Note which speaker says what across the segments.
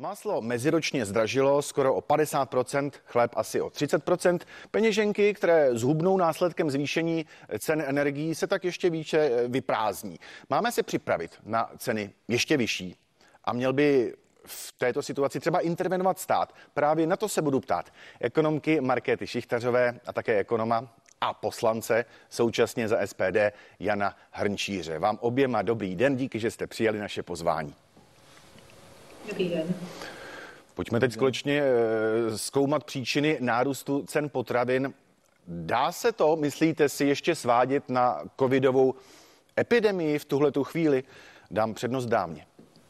Speaker 1: Máslo meziročně zdražilo skoro o 50%, chléb asi o 30%. Peněženky, které zhubnou následkem zvýšení cen energií, se tak ještě více vyprázdní. Máme se připravit na ceny ještě vyšší a měl by v této situaci třeba intervenovat stát. Právě na to se budu ptát ekonomky Markéty Šichtařové a také ekonoma a poslance současně za SPD Jana Hrnčíře. Vám oběma dobrý den, díky, že jste přijali naše pozvání.
Speaker 2: Dobrý den.
Speaker 1: Pojďme teď společně zkoumat příčiny nárůstu cen potravin. Dá se to, myslíte si, ještě svádět na covidovou epidemii v tuhletu chvíli? Dám přednost dámě.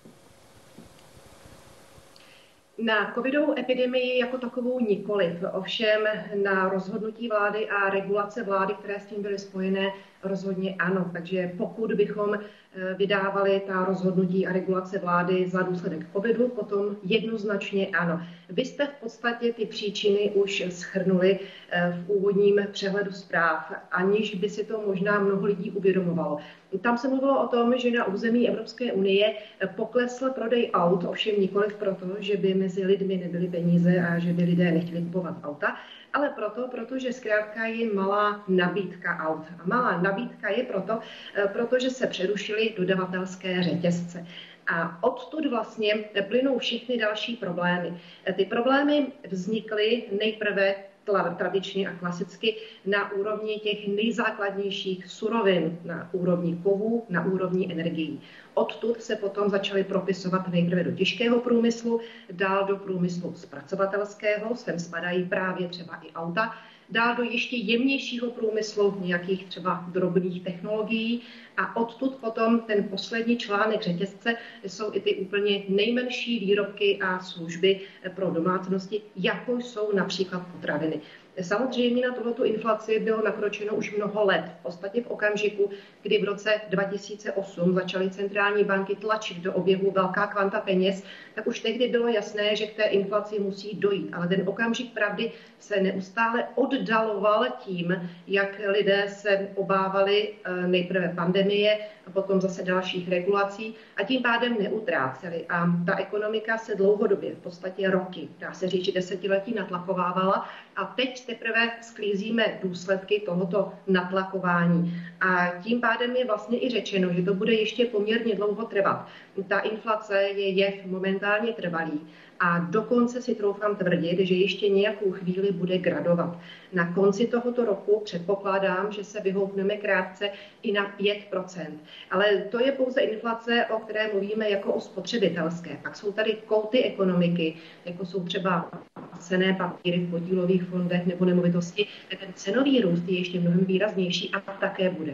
Speaker 2: Na covidovou epidemii jako takovou nikoliv, ovšem na rozhodnutí vlády a regulace vlády, které s tím byly spojené, rozhodně ano. Takže pokud bychom vydávali ta rozhodnutí a regulace vlády za důsledek covidu, potom jednoznačně ano. Vy jste v podstatě ty příčiny už shrnuli v úvodním přehledu zpráv, aniž by si to možná mnoho lidí uvědomovalo. Tam se mluvilo o tom, že na území Evropské unie poklesl prodej aut, ovšem nikoliv proto, že by mezi lidmi nebyly peníze a že by lidé nechtěli kupovat auta, ale protože zkrátka je malá nabídka aut. A malá nabídka je protože se přerušily dodavatelské řetězce. A odtud vlastně plynou všechny další problémy. Ty problémy vznikly nejprve tradičně a klasicky na úrovni těch nejzákladnějších surovin, na úrovni kovů, na úrovni energií. Odtud se potom začaly propisovat nejprve do těžkého průmyslu, dál do průmyslu zpracovatelského, sem spadají právě třeba i auta, dál do ještě jemnějšího průmyslu, nějakých třeba drobných technologií a odtud potom ten poslední článek řetězce jsou i ty úplně nejmenší výrobky a služby pro domácnosti, jako jsou například potraviny. Samozřejmě na tuhletu inflaci bylo nakročeno už mnoho let. V podstatě v okamžiku, kdy v roce 2008 začaly centrální banky tlačit do oběhu velká kvanta peněz, tak už tehdy bylo jasné, že k té inflaci musí dojít. Ale ten okamžik pravdy se neustále oddaloval tím, jak lidé se obávali nejprve pandemie a potom zase dalších regulací a tím pádem neutráceli. A ta ekonomika se dlouhodobě, v podstatě roky, dá se říct, že desetiletí natlakovávala a teď teprve sklízíme důsledky tohoto natlakování. A tím pádem je vlastně i řečeno, že to bude ještě poměrně dlouho trvat. Ta inflace je jev momentálně trvalý a dokonce si troufám tvrdit, že ještě nějakou chvíli bude gradovat. Na konci tohoto roku předpokládám, že se vyhoupneme krátce i na 5%. Ale to je pouze inflace, o které mluvíme jako o spotřebitelské. Pak jsou tady kouty ekonomiky, jako jsou třeba cenné papíry v podílových fondech nebo nemovitosti. Ten cenový růst je ještě mnohem výraznější a také bude.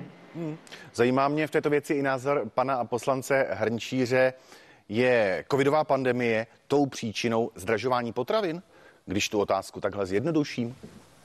Speaker 1: Zajímá mě v této věci i názor pana poslance Hrnčíře. Je covidová pandemie tou příčinou zdražování potravin? Když tu otázku takhle zjednoduším.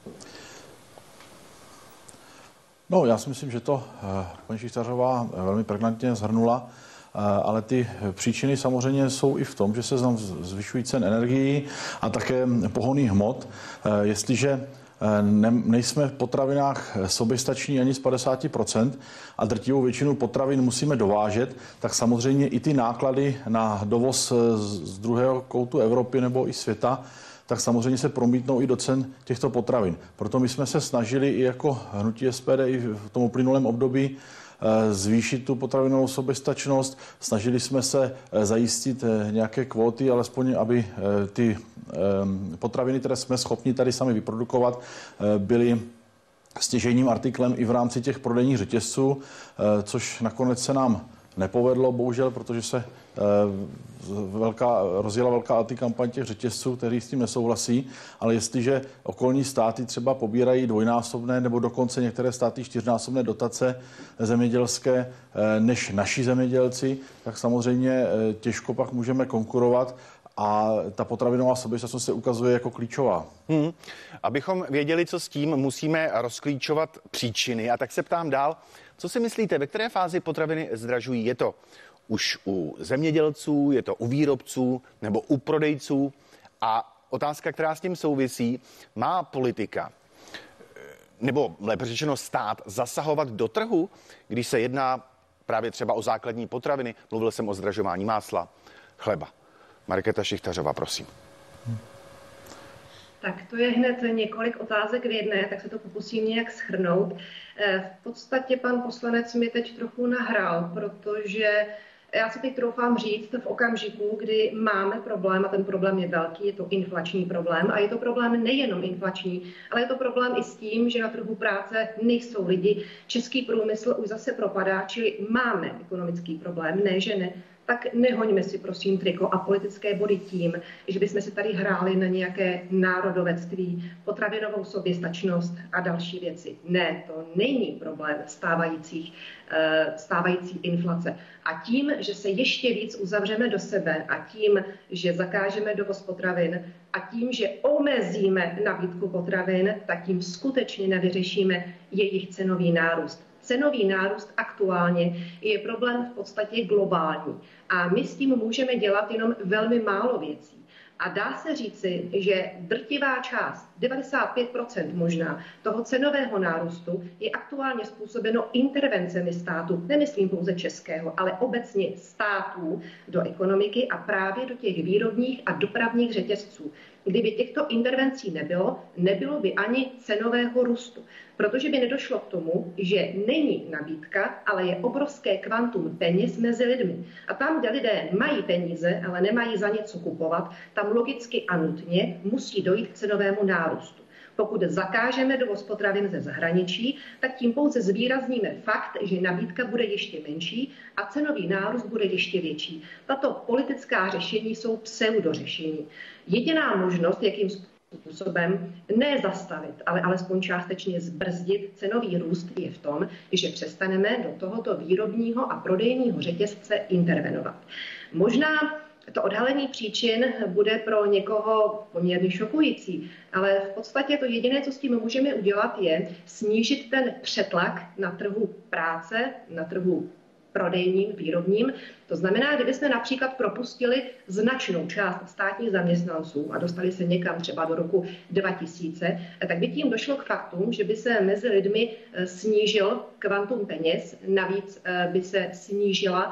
Speaker 3: No, já si myslím, že to paní Šichtařová velmi pregnantně shrnula, ale ty příčiny samozřejmě jsou i v tom, že se nám zvyšují cen energií a také pohonných hmot. Jestliže nejsme v potravinách soběstační ani z 50% a drtivou většinu potravin musíme dovážet, tak samozřejmě i ty náklady na dovoz z druhého koutu Evropy nebo i světa, tak samozřejmě se promítnou i do cen těchto potravin. Proto my jsme se snažili i jako hnutí SPD i v tom uplynulém období zvýšit tu potravinovou soběstačnost. Snažili jsme se zajistit nějaké kvóty, alespoň aby ty potraviny, které jsme schopni tady sami vyprodukovat, byly stěžejním artiklem i v rámci těch prodejních řetězců, což nakonec se nám nepovedlo, bohužel, protože se rozjela velká antikampaň těch řetězců, kteří s tím nesouhlasí, ale jestliže okolní státy třeba pobírají dvojnásobné nebo dokonce některé státy čtyřnásobné dotace zemědělské než naši zemědělci, tak samozřejmě těžko pak můžeme konkurovat a ta potravinová soběstačnost se ukazuje jako klíčová.
Speaker 1: Abychom věděli, co s tím, musíme rozklíčovat příčiny. A tak se ptám dál, co si myslíte, ve které fázi potraviny zdražují? Je to už u zemědělců, je to u výrobců nebo u prodejců? A otázka, která s tím souvisí, má politika, nebo lépe řečeno stát, zasahovat do trhu, když se jedná právě třeba o základní potraviny? Mluvil jsem o zdražování másla, chleba. Markéta Šichtařová, prosím.
Speaker 2: Tak to je hned několik otázek v jedné, tak se to pokusím nějak shrnout. V podstatě pan poslanec mi teď trochu nahrál, protože já si teď troufám říct v okamžiku, kdy máme problém, a ten problém je velký, je to inflační problém, a je to problém nejenom inflační, ale je to problém i s tím, že na trhu práce nejsou lidi, český průmysl už zase propadá, čili máme ekonomický problém, ne že ne. Tak nehoňme si prosím triko a politické body tím, že bychom si tady hráli na nějaké národovectví, potravinovou soběstačnost a další věci. Ne, to není problém stávající inflace. A tím, že se ještě víc uzavřeme do sebe a tím, že zakážeme dovoz potravin a tím, že omezíme nabídku potravin, tak tím skutečně nevyřešíme jejich cenový nárůst. Cenový nárůst aktuálně je problém v podstatě globální a my s tím můžeme dělat jenom velmi málo věcí. A dá se říci, že drtivá část, 95% možná, toho cenového nárůstu je aktuálně způsobeno intervencemi státu, nemyslím pouze českého, ale obecně států do ekonomiky a právě do těch výrobních a dopravních řetězců. Kdyby těchto intervencí nebylo by ani cenového růstu, protože by nedošlo k tomu, že není nabídka, ale je obrovské kvantum peněz mezi lidmi. A tam, kde lidé mají peníze, ale nemají za něco kupovat, tam logicky a nutně musí dojít k cenovému nárůstu. Pokud zakážeme dovoz potravin ze zahraničí, tak tím pouze zvýrazníme fakt, že nabídka bude ještě menší a cenový nárůst bude ještě větší. Tato politická řešení jsou pseudořešení. Jediná možnost, jakým způsobem ne zastavit, ale alespoň částečně zbrzdit cenový růst je v tom, že přestaneme do tohoto výrobního a prodejního řetězce intervenovat. Možná to odhalení příčin bude pro někoho poměrně šokující, ale v podstatě to jediné, co s tím můžeme udělat, je snížit ten přetlak na trhu práce, na trhu prodejním, výrobním. To znamená, kdybychom například propustili značnou část státních zaměstnanců a dostali se někam třeba do roku 2000, tak by tím došlo k faktům, že by se mezi lidmi snížil kvantum peněz, navíc by se snížila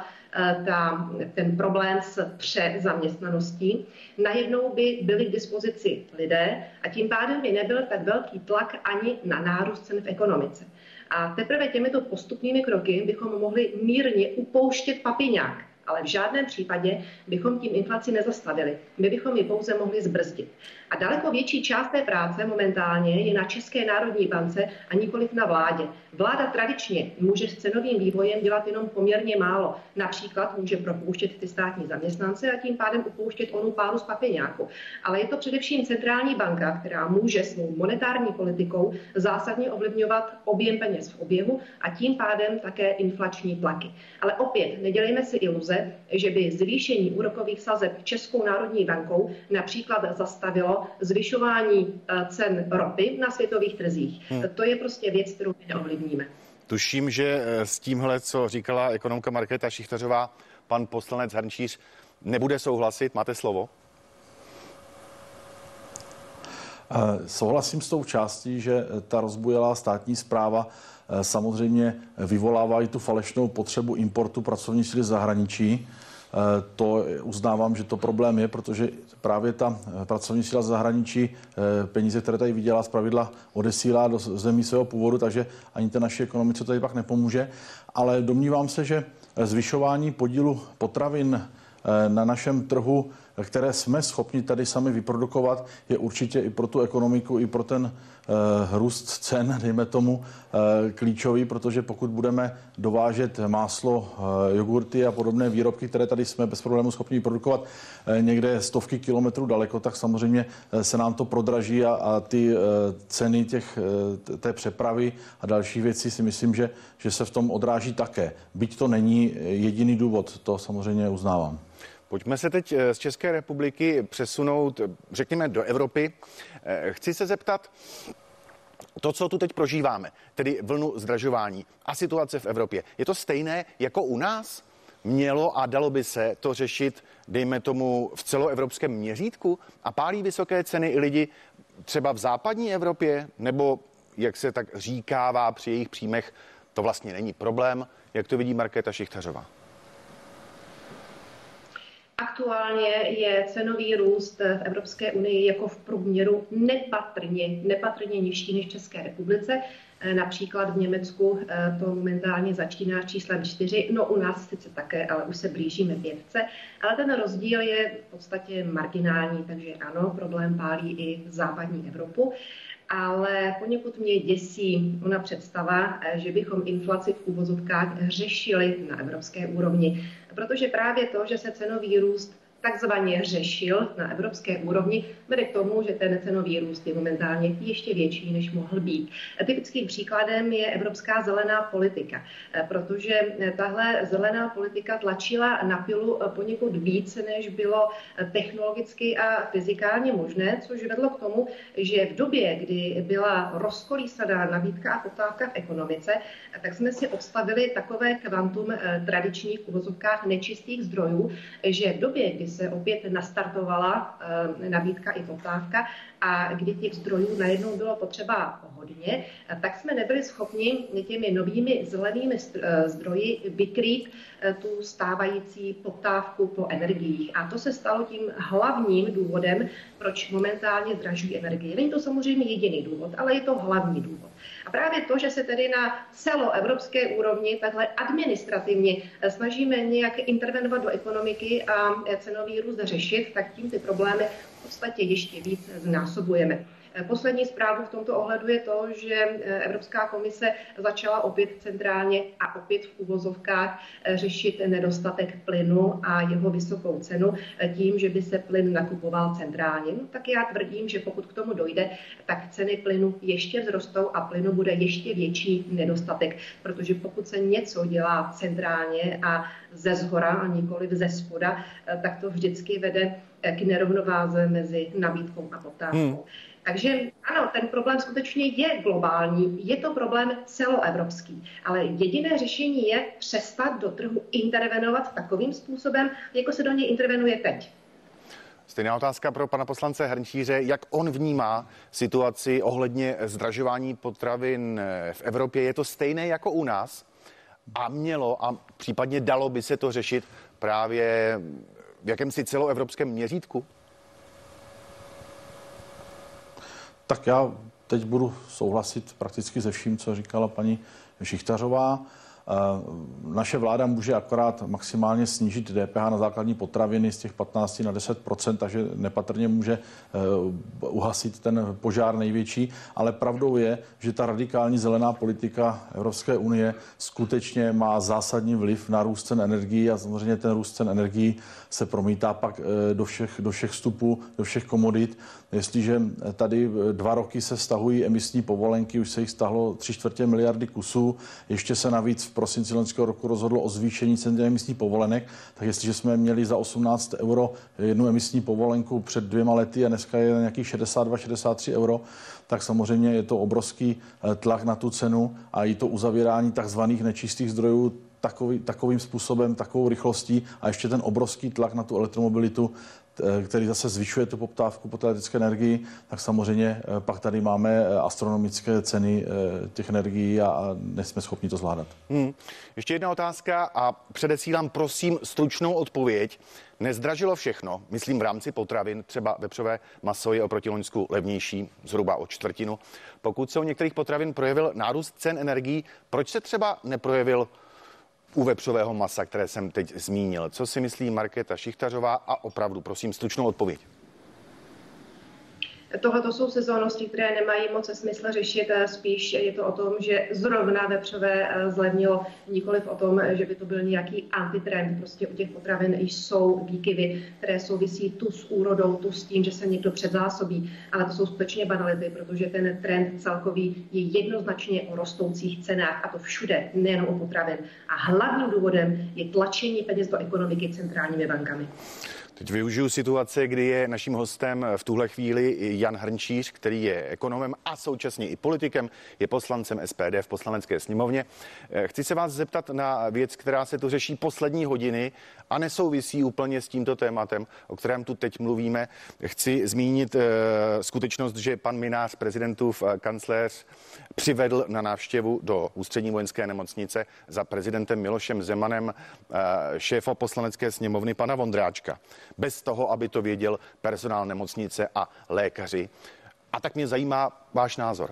Speaker 2: ten problém s přezaměstnaností. Najednou by byli k dispozici lidé a tím pádem by nebyl tak velký tlak ani na nárůst cen v ekonomice. A teprve těmito postupnými kroky bychom mohli mírně upouštět papiňák, ale v žádném případě bychom tím inflaci nezastavili. My bychom ji pouze mohli zbrzdit. A daleko větší část té práce momentálně je na České národní bance a nikoliv na vládě. Vláda tradičně může s cenovým vývojem dělat jenom poměrně málo. Například může propouštět ty státní zaměstnance a tím pádem upouštět onu páru z papiňáku. Ale je to především centrální banka, která může svou monetární politikou zásadně ovlivňovat objem peněz v oběhu a tím pádem také inflační tlaky. Ale opět nedělejme si iluze, že by zvýšení úrokových sazeb Českou národní bankou například zastavilo zvyšování cen ropy na světových trzích. To je prostě věc, kterou my neovlivníme.
Speaker 1: Tuším, že s tímhle, co říkala ekonomka Markéta Šichtařová, pan poslanec Hrnčíř nebude souhlasit. Máte slovo.
Speaker 3: Souhlasím s tou částí, že ta rozbujelá státní správa samozřejmě vyvolává i tu falešnou potřebu importu pracovní síly z zahraničí. To uznávám, že to problém je, protože právě ta pracovní síla z zahraničí peníze, které tady vydělá, zpravidla odesílá do zemí svého původu, takže ani té naší ekonomice tady pak nepomůže. Ale domnívám se, že zvyšování podílu potravin na našem trhu, které jsme schopni tady sami vyprodukovat, je určitě i pro tu ekonomiku, i pro ten růst cen, dejme tomu, klíčový, protože pokud budeme dovážet máslo, jogurty a podobné výrobky, které tady jsme bez problémů schopni vyprodukovat někde stovky kilometrů daleko, tak samozřejmě se nám to prodraží a ty ceny té přepravy a další věci si myslím, že se v tom odráží také. Byť to není jediný důvod, to samozřejmě uznávám.
Speaker 1: Pojďme se teď z České republiky přesunout, řekněme, do Evropy. Chci se zeptat, to, co tu teď prožíváme, tedy vlnu zdražování a situace v Evropě, je to stejné jako u nás? Mělo a dalo by se to řešit, dejme tomu, v celoevropském měřítku? A pálí vysoké ceny i lidi třeba v západní Evropě? Nebo, jak se tak říkává při jejich příjmech, to vlastně není problém? Jak to vidí Markéta Šichtařová?
Speaker 2: Aktuálně je cenový růst v Evropské unii jako v průměru nepatrně nižší než v České republice. Například v Německu to momentálně začíná číslem 4, no u nás sice také, ale už se blížíme 5. Ale ten rozdíl je v podstatě marginální, takže ano, problém pálí i západní Evropu. Ale poněkud mě děsí ona představa, že bychom inflaci v uvozovkách řešili na evropské úrovni. Protože právě to, že se cenový růst takzvaně řešil na evropské úrovni, vede k tomu, že ten cenový růst je momentálně ještě větší, než mohl být. Typickým příkladem je evropská zelená politika, protože tahle zelená politika tlačila na pilu poněkud víc, než bylo technologicky a fyzikálně možné, což vedlo k tomu, že v době, kdy byla rozkolísaná nabídka a poptávka v ekonomice, tak jsme si odstavili takové kvantum tradičních v uvozovkách nečistých zdrojů, že v době, kdy se opět nastartovala nabídka i poptávka a kdy těch zdrojů najednou bylo potřeba hodně, tak jsme nebyli schopni těmi novými zelenými zdroji vykrýt tu stávající poptávku po energiích. A to se stalo tím hlavním důvodem, proč momentálně zdražují energie. Není to samozřejmě jediný důvod, ale je to hlavní důvod. A právě to, že se tedy na celoevropské úrovni takhle administrativně snažíme nějak intervenovat do ekonomiky a cenový růst řešit, tak tím ty problémy v podstatě ještě víc znásobujeme. Poslední zprávu v tomto ohledu je to, že Evropská komise začala opět centrálně a opět v uvozovkách řešit nedostatek plynu a jeho vysokou cenu tím, že by se plyn nakupoval centrálně. No, tak já tvrdím, že pokud k tomu dojde, tak ceny plynu ještě vzrostou a plynu bude ještě větší nedostatek, protože pokud se něco dělá centrálně a ze zhora a nikoli ze spoda, tak to vždycky vede k nerovnováze mezi nabídkou a poptávkou. Takže ano, ten problém skutečně je globální, je to problém celoevropský, ale jediné řešení je přestat do trhu intervenovat takovým způsobem, jako se do něj intervenuje teď.
Speaker 1: Stejná otázka pro pana poslance Hrnčíře. Jak on vnímá situaci ohledně zdražování potravin v Evropě? Je to stejné jako u nás? A mělo a případně dalo by se to řešit právě v jakémsi celoevropském měřítku?
Speaker 3: Tak já teď budu souhlasit prakticky se vším, co říkala paní Šichtařová. Naše vláda může akorát maximálně snížit DPH na základní potraviny z těch 15 na 10%, takže nepatrně může uhasit ten požár největší. Ale pravdou je, že ta radikální zelená politika Evropské unie skutečně má zásadní vliv na růst cen energií a samozřejmě ten růst cen energií se promítá pak do všech vstupů, do všech komodit. Jestliže tady 2 roky se stahují emisní povolenky, už se jich stahlo 3/4 miliardy kusů, ještě se navíc v prosinci loňského roku rozhodlo o zvýšení cen emisních povolenek, tak jestliže jsme měli za 18 euro jednu emisní povolenku před 2 lety a dneska je nějakých 62-63 euro, tak samozřejmě je to obrovský tlak na tu cenu a i to uzavírání takzvaných nečistých zdrojů takovým způsobem, takovou rychlostí a ještě ten obrovský tlak na tu elektromobilitu, který zase zvyšuje tu poptávku po té elektrické energii, tak samozřejmě pak tady máme astronomické ceny těch energií a nejsme schopni to zvládat.
Speaker 1: Ještě jedna otázka a předesílám prosím stručnou odpověď. Nezdražilo všechno, myslím v rámci potravin, třeba vepřové maso je oproti loňsku levnější zhruba o 1/4. Pokud se u některých potravin projevil nárůst cen energií, proč se třeba neprojevil u vepřového masa, které jsem teď zmínil? Co si myslí Markéta Šichtařová a opravdu, prosím, stručnou odpověď.
Speaker 2: Tohle jsou sezónnosti, které nemají moc smysl řešit, spíš je to o tom, že zrovna vepřové zlevnilo, nikoliv o tom, že by to byl nějaký antitrend. Prostě u těch potravin jsou výkyvy, které souvisí tu s úrodou, tu s tím, že se někdo předzásobí, ale to jsou skutečně banality, protože ten trend celkový je jednoznačně o rostoucích cenách a to všude, nejen u potravin. A hlavním důvodem je tlačení peněz do ekonomiky centrálními bankami.
Speaker 1: Teď využiju situace, kdy je naším hostem v tuhle chvíli Jan Hrnčíř, který je ekonomem a současně i politikem, je poslancem SPD v Poslanecké sněmovně. Chci se vás zeptat na věc, která se tu řeší poslední hodiny a nesouvisí úplně s tímto tématem, o kterém tu teď mluvíme. Chci zmínit skutečnost, že pan Mynář, prezidentův kancléř, přivedl na návštěvu do Ústřední vojenské nemocnice za prezidentem Milošem Zemanem šéfa Poslanecké sněmovny pana Vondráčka. Bez toho, aby to věděl personál nemocnice a lékaři. A tak mě zajímá váš názor.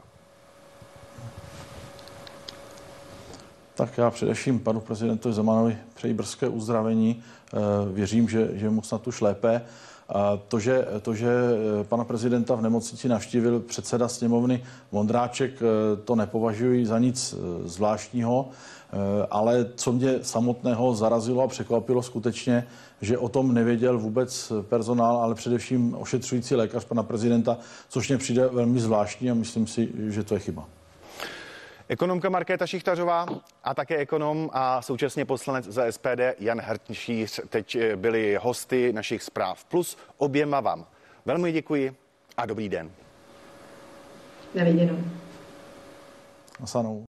Speaker 3: Tak já především panu prezidentovi Zemanovi přeji brzké uzdravení. Věřím, že mu snad už lépe. To, že pana prezidenta v nemocnici navštívil předseda sněmovny Vondráček, to nepovažuji za nic zvláštního, ale co mě samotného zarazilo a překvapilo skutečně, že o tom nevěděl vůbec personál, ale především ošetřující lékař pana prezidenta, což mě přijde velmi zvláštní a myslím si, že to je chyba.
Speaker 1: Ekonomka Markéta Šichtařová a také ekonom a současně poslanec za SPD Jan Hrnčíř teď byli hosty našich Zpráv Plus. Oběma vám velmi děkuji a dobrý den.
Speaker 2: Na viděnou.
Speaker 3: Nasanou.